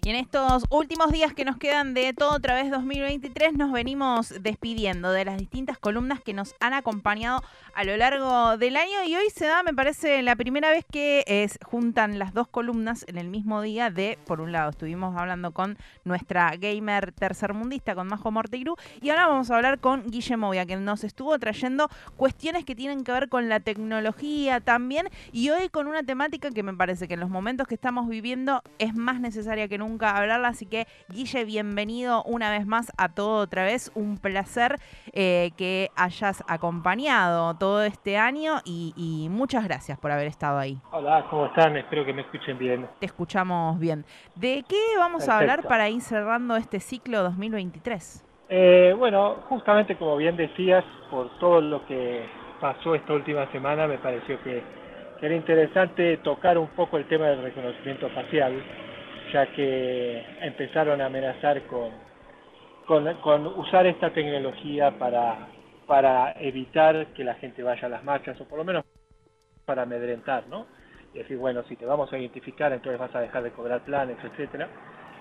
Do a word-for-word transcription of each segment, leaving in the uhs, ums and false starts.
Y en estos últimos días que nos quedan de Todo Otra Vez dos mil veintitrés nos venimos despidiendo de las distintas columnas que nos han acompañado a lo largo del año y hoy se da, me parece, la primera vez que es, juntan las dos columnas en el mismo día de, por un lado, estuvimos hablando con nuestra gamer tercermundista, con Majo Morteiru, y ahora vamos a hablar con Guille Movia, que nos estuvo trayendo cuestiones que tienen que ver con la tecnología también, y hoy con una temática que me parece que en los momentos que estamos viviendo es más necesaria que nunca hablarla, así que Guille, bienvenido una vez más a Todo Otra Vez, un placer eh, que hayas acompañado todo este año y, y muchas gracias por haber estado ahí. Hola, ¿cómo están? Espero que me escuchen bien. Te escuchamos bien. ¿De qué vamos Perfecto. a hablar para ir cerrando este ciclo dos mil veintitrés? Eh, bueno, justamente como bien decías, por todo lo que pasó esta última semana, me pareció que, que era interesante tocar un poco el tema del reconocimiento facial, ya que empezaron a amenazar con, con, con usar esta tecnología para, para evitar que la gente vaya a las marchas, o por lo menos para amedrentar, ¿no? Y decir, bueno, si te vamos a identificar, entonces vas a dejar de cobrar planes, etcétera.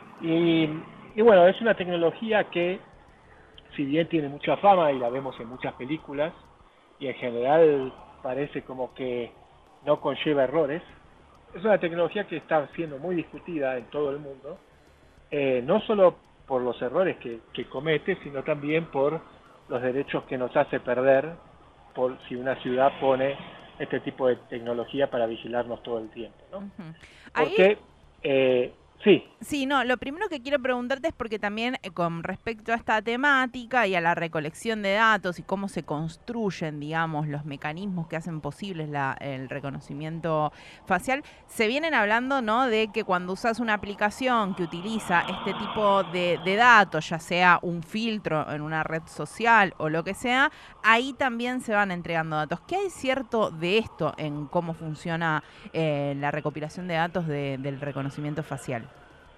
Y, y bueno, es una tecnología que, si bien tiene mucha fama y la vemos en muchas películas, y en general parece como que no conlleva errores, es una tecnología que está siendo muy discutida en todo el mundo, eh, no solo por los errores que, que comete, sino también por los derechos que nos hace perder por si una ciudad pone este tipo de tecnología para vigilarnos todo el tiempo, ¿no? Uh-huh. Ahí... Porque, eh, sí. Sí, no, lo primero que quiero preguntarte es porque también eh, con respecto a esta temática y a la recolección de datos y cómo se construyen, digamos, los mecanismos que hacen posibles la, el reconocimiento facial, se vienen hablando, ¿no?, de que cuando usas una aplicación que utiliza este tipo de, de datos, ya sea un filtro en una red social o lo que sea, ahí también se van entregando datos. ¿Qué hay cierto de esto en cómo funciona eh, la recopilación de datos de, del reconocimiento facial?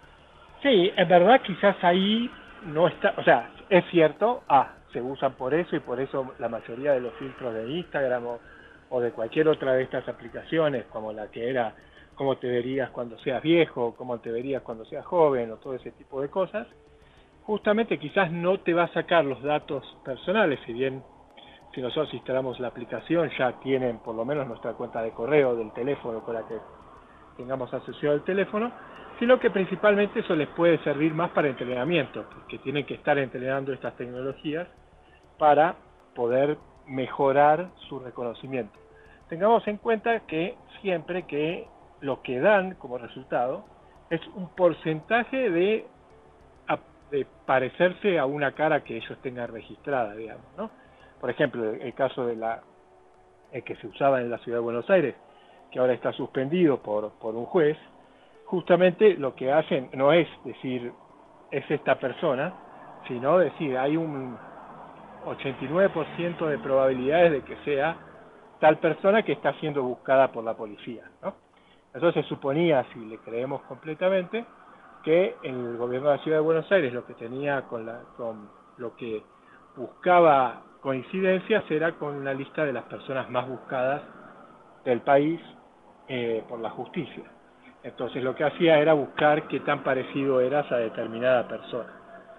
Sí, en verdad quizás ahí no está, o sea, es cierto, ah, se usan por eso y por eso la mayoría de los filtros de Instagram o, o de cualquier otra de estas aplicaciones, como la que era cómo te verías cuando seas viejo, cómo te verías cuando seas joven o todo ese tipo de cosas, justamente quizás no te va a sacar los datos personales, si bien si nosotros instalamos la aplicación ya tienen por lo menos nuestra cuenta de correo del teléfono con la que tengamos asociado el teléfono, sino que principalmente eso les puede servir más para entrenamiento, porque tienen que estar entrenando estas tecnologías para poder mejorar su reconocimiento. Tengamos en cuenta que siempre que lo que dan como resultado es un porcentaje de, de parecerse a una cara que ellos tengan registrada, digamos, ¿no? Por ejemplo, el caso de la el que se usaba en la ciudad de Buenos Aires, que ahora está suspendido por, por un juez, justamente lo que hacen no es decir es esta persona, sino decir hay un ochenta y nueve por ciento de probabilidades de que sea tal persona que está siendo buscada por la policía, ¿no? Entonces se suponía, si le creemos completamente, que el gobierno de la ciudad de Buenos Aires lo que tenía con, la, con lo que buscaba coincidencias era con una lista de las personas más buscadas del país eh, por la justicia. Entonces lo que hacía era buscar qué tan parecido eras a determinada persona.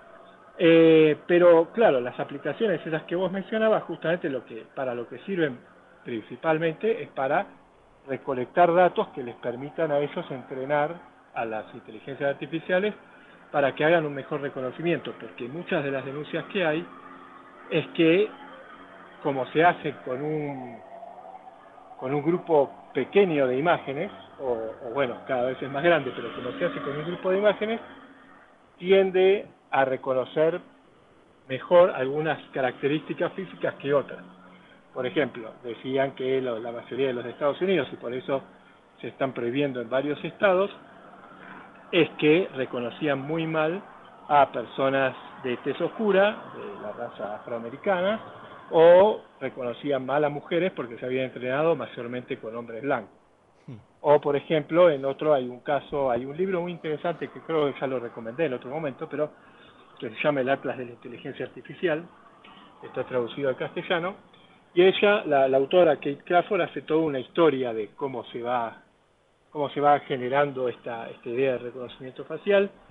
Eh, pero claro, las aplicaciones esas que vos mencionabas, justamente lo que, para lo que sirven principalmente es para recolectar datos que les permitan a ellos entrenar a las inteligencias artificiales para que hagan un mejor reconocimiento, porque muchas de las denuncias que hay es que como se hace con un con un grupo pequeño de imágenes, o, o bueno, cada vez es más grande, pero como se hace con un grupo de imágenes, tiende a reconocer mejor algunas características físicas que otras. Por ejemplo, decían que lo, la mayoría de los Estados Unidos, y por eso se están prohibiendo en varios estados, es que reconocían muy mal a personas de tez oscura, de la raza afroamericana, o reconocían mal a mujeres porque se habían entrenado mayormente con hombres blancos. O, por ejemplo, en otro hay un caso, hay un libro muy interesante que creo que ya lo recomendé en otro momento, pero que se llama El Atlas de la Inteligencia Artificial, está traducido al castellano, y ella, la, la autora Kate Crawford, hace toda una historia de cómo se va, cómo se va generando esta, esta idea de reconocimiento facial,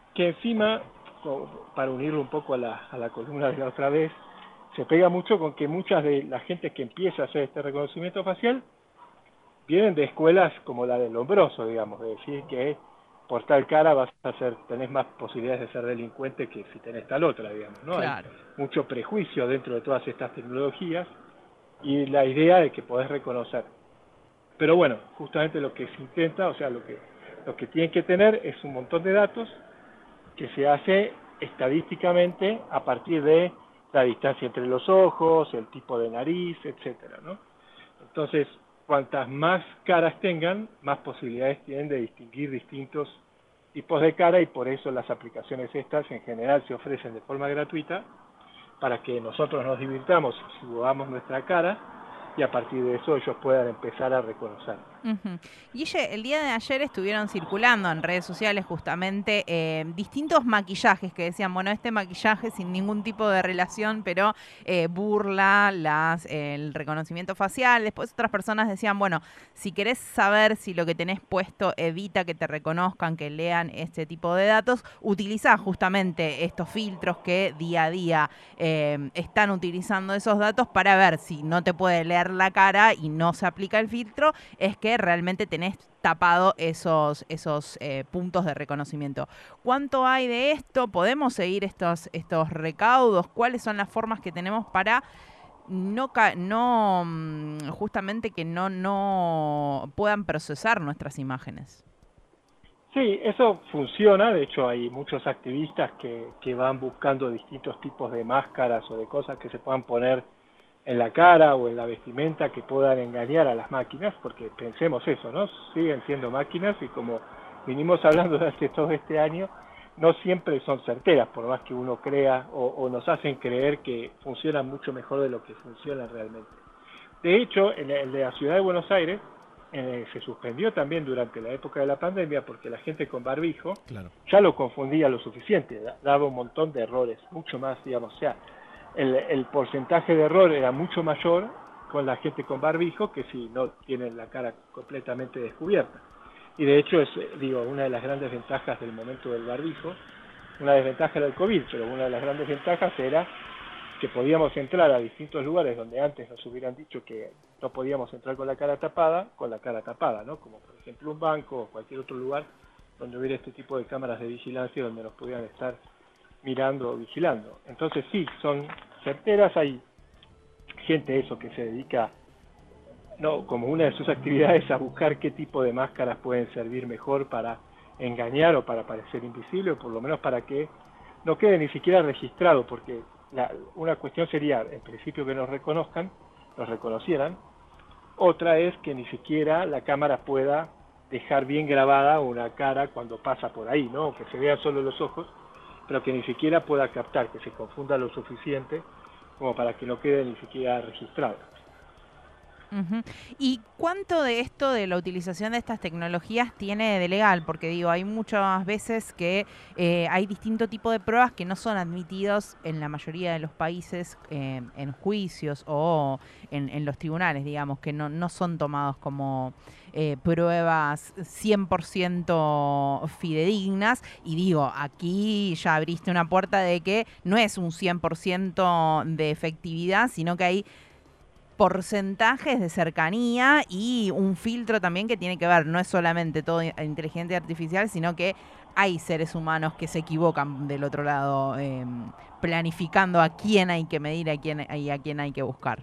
que encima, para unirlo un poco a la, a la columna de la otra vez, se pega mucho con que muchas de la gente que empieza a hacer este reconocimiento facial vienen de escuelas como la del Lombroso, digamos, de decir que por tal cara vas a ser, tenés más posibilidades de ser delincuente que si tenés tal otra, digamos, ¿no? Hay Claro. mucho prejuicio dentro de todas estas tecnologías y la idea de que podés reconocer. Pero bueno, justamente lo que se intenta, o sea, lo que, lo que tienen que tener es un montón de datos que se hace estadísticamente a partir de la distancia entre los ojos, el tipo de nariz, etcétera, ¿no? Entonces, cuantas más caras tengan, más posibilidades tienen de distinguir distintos tipos de cara y por eso las aplicaciones estas en general se ofrecen de forma gratuita para que nosotros nos divirtamos y subamos nuestra cara y a partir de eso ellos puedan empezar a reconocer. Uh-huh. Guille, el día de ayer estuvieron circulando en redes sociales justamente eh, distintos maquillajes que decían, bueno, este maquillaje sin ningún tipo de relación, pero eh, burla las, eh, el reconocimiento facial. Después otras personas decían, bueno, si querés saber si lo que tenés puesto evita que te reconozcan, que lean este tipo de datos, utilizá justamente estos filtros que día a día eh, están utilizando esos datos para ver si no te puede leer la cara y no se aplica el filtro, es que realmente tenés tapado esos, esos eh, puntos de reconocimiento. ¿Cuánto hay de esto? ¿Podemos seguir estos, estos recaudos? ¿Cuáles son las formas que tenemos para no, no justamente que no, no puedan procesar nuestras imágenes? Sí, eso funciona, de hecho hay muchos activistas que, que van buscando distintos tipos de máscaras o de cosas que se puedan poner en la cara o en la vestimenta que puedan engañar a las máquinas, porque pensemos eso, ¿no? Siguen siendo máquinas y como vinimos hablando durante todo este año, no siempre son certeras, por más que uno crea o, o nos hacen creer que funcionan mucho mejor de lo que funcionan realmente. De hecho, en el de la ciudad de Buenos Aires eh, se suspendió también durante la época de la pandemia porque la gente con barbijo claro. ya lo confundía lo suficiente, daba un montón de errores, mucho más, digamos, o sea, El, el porcentaje de error era mucho mayor con la gente con barbijo que si no tienen la cara completamente descubierta. Y de hecho es, digo, una de las grandes ventajas del momento del barbijo, una desventaja del COVID, pero una de las grandes ventajas era que podíamos entrar a distintos lugares donde antes nos hubieran dicho que no podíamos entrar con la cara tapada, con la cara tapada, ¿no? Como por ejemplo un banco o cualquier otro lugar donde hubiera este tipo de cámaras de vigilancia donde nos pudieran estar mirando o vigilando. Entonces sí, son certeras, hay gente eso que se dedica, no, como una de sus actividades a buscar qué tipo de máscaras pueden servir mejor para engañar o para parecer invisible, o por lo menos para que no quede ni siquiera registrado, porque la, una cuestión sería, en principio, que nos reconozcan, nos reconocieran, otra es que ni siquiera la cámara pueda dejar bien grabada una cara cuando pasa por ahí, ¿no? Que se vean solo los ojos, pero que ni siquiera pueda captar, que se confunda lo suficiente como para que no quede ni siquiera registrado. Uh-huh. ¿Y cuánto de esto, de la utilización de estas tecnologías, tiene de legal? Porque digo, hay muchas veces que eh, hay distinto tipo de pruebas que no son admitidos en la mayoría de los países eh, en juicios o en, en los tribunales, digamos, que no, no son tomados como eh, pruebas cien por ciento fidedignas. Y digo, aquí ya abriste una puerta de que no es un cien por ciento de efectividad, sino que hay porcentajes de cercanía y un filtro también que tiene que ver, no es solamente todo inteligencia artificial, sino que hay seres humanos que se equivocan del otro lado, eh, planificando a quién hay que medir a quién, y a quién hay que buscar.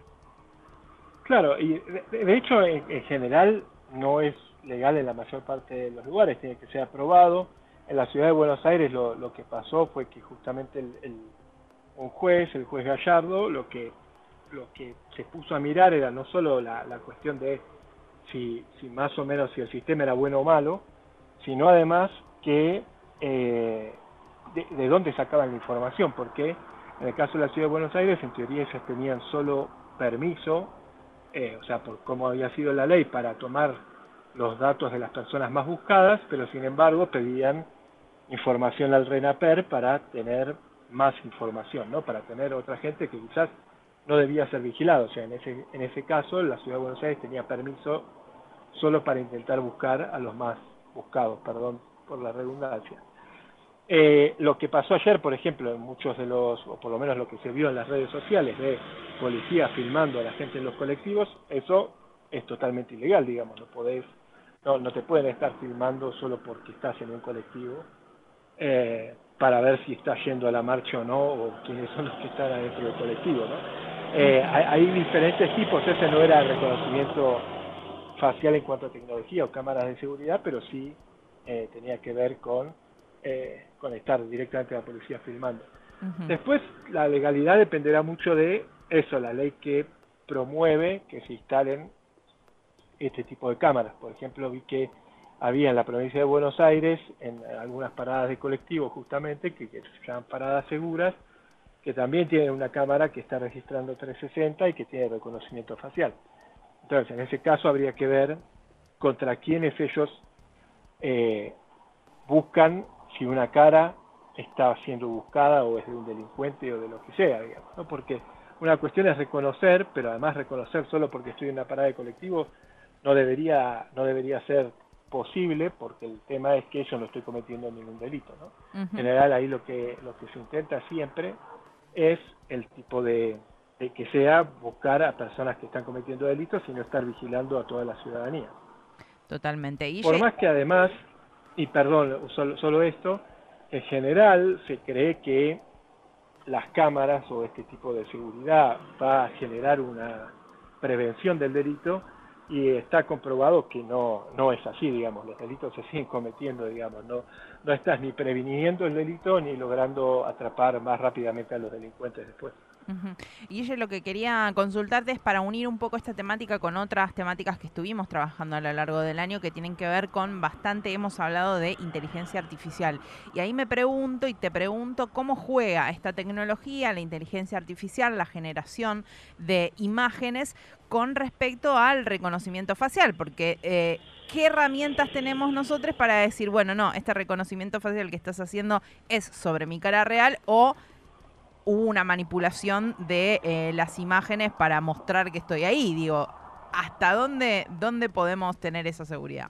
Claro, y de, de hecho en, en general no es legal en la mayor parte de los lugares, tiene que ser aprobado. En la ciudad de Buenos Aires lo, lo que pasó fue que justamente el, el, un juez, el juez Gallardo, lo que lo que se puso a mirar era no solo la, la cuestión de si, si más o menos si el sistema era bueno o malo, sino además que eh, de, de dónde sacaban la información, porque en el caso de la Ciudad de Buenos Aires, en teoría ellos tenían solo permiso, eh, o sea, por cómo había sido la ley, para tomar los datos de las personas más buscadas, pero sin embargo pedían información al RENAPER para tener más información, ¿no? Para tener otra gente que quizás no debía ser vigilado, o sea, en ese, en ese caso la Ciudad de Buenos Aires tenía permiso solo para intentar buscar a los más buscados, perdón por la redundancia. Eh, lo que pasó ayer, por ejemplo, en muchos de los, o por lo menos lo que se vio en las redes sociales de policías filmando a la gente en los colectivos, eso es totalmente ilegal, digamos, no podés, no, no te pueden estar filmando solo porque estás en un colectivo eh, para ver si estás yendo a la marcha o no, o quiénes son los que están adentro del colectivo, ¿no? Eh, hay, hay diferentes tipos, ese no era reconocimiento facial en cuanto a tecnología o cámaras de seguridad, pero sí eh, tenía que ver con eh, conectar directamente a la policía filmando. Uh-huh. Después, la legalidad dependerá mucho de eso, la ley que promueve que se instalen este tipo de cámaras. Por ejemplo, vi que había en la provincia de Buenos Aires, en algunas paradas de colectivos justamente, que, que se llaman paradas seguras, que también tienen una cámara que está registrando trescientos sesenta y que tiene reconocimiento facial. Entonces, en ese caso habría que ver contra quiénes ellos eh, buscan si una cara está siendo buscada o es de un delincuente o de lo que sea, digamos, ¿no? Porque una cuestión es reconocer, pero además reconocer solo porque estoy en una parada de colectivo no debería no debería ser posible, porque el tema es que yo no estoy cometiendo ningún delito, ¿no? Uh-huh. En general ahí lo que lo que se intenta siempre es el tipo de, de que sea buscar a personas que están cometiendo delitos y no estar vigilando a toda la ciudadanía. Totalmente. Y por más que además, y perdón, solo, solo esto, en general se cree que las cámaras o este tipo de seguridad va a generar una prevención del delito, y está comprobado que no no es así, digamos, los delitos se siguen cometiendo, digamos, no no estás ni previniendo el delito ni logrando atrapar más rápidamente a los delincuentes después. Uh-huh. Y yo lo que quería consultarte es para unir un poco esta temática con otras temáticas que estuvimos trabajando a lo largo del año que tienen que ver con bastante, hemos hablado de inteligencia artificial. Y ahí me pregunto y te pregunto cómo juega esta tecnología, la inteligencia artificial, la generación de imágenes con respecto al reconocimiento facial, porque eh, ¿qué herramientas tenemos nosotros para decir, bueno, no, este reconocimiento facial que estás haciendo es sobre mi cara real o hubo una manipulación de eh, las imágenes para mostrar que estoy ahí? Digo, ¿hasta dónde, dónde podemos tener esa seguridad?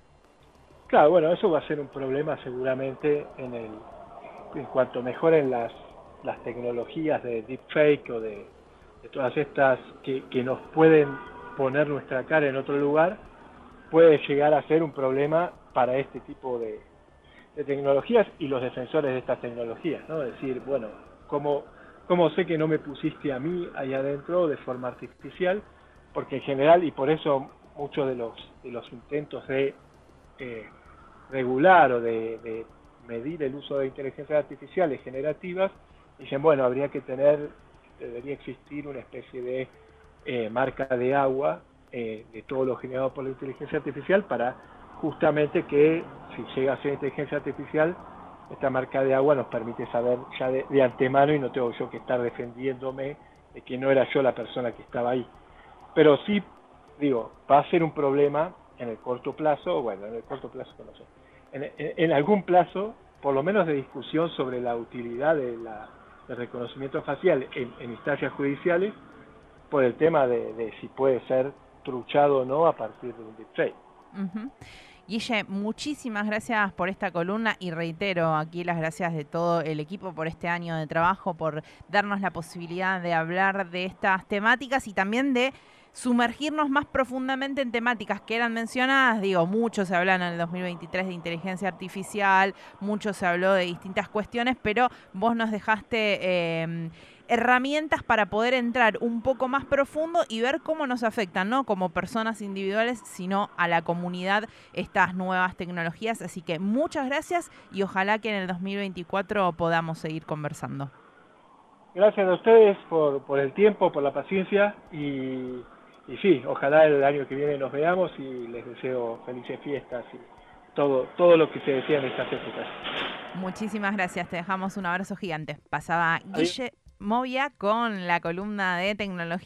Claro, bueno, eso va a ser un problema seguramente en el en cuanto mejoren las, las tecnologías de deepfake o de, de todas estas que, que nos pueden poner nuestra cara en otro lugar, puede llegar a ser un problema para este tipo de, de tecnologías y los defensores de estas tecnologías, ¿no? Es decir, bueno, ¿Cómo, ¿Cómo sé que no me pusiste a mí ahí adentro de forma artificial? Porque en general, y por eso muchos de los, de los intentos de eh, regular o de, de medir el uso de inteligencias artificiales generativas, dicen, bueno, habría que tener, debería existir una especie de eh, marca de agua eh, de todo lo generado por la inteligencia artificial para justamente que si llega a ser inteligencia artificial, esta marca de agua nos permite saber ya de, de antemano y no tengo yo que estar defendiéndome de que no era yo la persona que estaba ahí. Pero sí, digo, va a ser un problema en el corto plazo, bueno, en el corto plazo no sé, en, en, en algún plazo, por lo menos de discusión sobre la utilidad de la, del reconocimiento facial en, en instancias judiciales, por el tema de, de si puede ser truchado o no a partir de un deepfake. Uh-huh. Guille, muchísimas gracias por esta columna y reitero aquí las gracias de todo el equipo por este año de trabajo, por darnos la posibilidad de hablar de estas temáticas y también de sumergirnos más profundamente en temáticas que eran mencionadas. Digo, mucho se habló en el dos mil veintitrés de inteligencia artificial, mucho se habló de distintas cuestiones, pero vos nos dejaste eh, herramientas para poder entrar un poco más profundo y ver cómo nos afectan, no como personas individuales, sino a la comunidad estas nuevas tecnologías. Así que muchas gracias y ojalá que en el dos mil veinticuatro podamos seguir conversando. Gracias a ustedes por, por el tiempo, por la paciencia y, y sí, ojalá el año que viene nos veamos y les deseo felices fiestas y todo, todo lo que se desea en estas épocas. Muchísimas gracias, te dejamos un abrazo gigante. Pasaba Guille Movia con la columna de tecnología.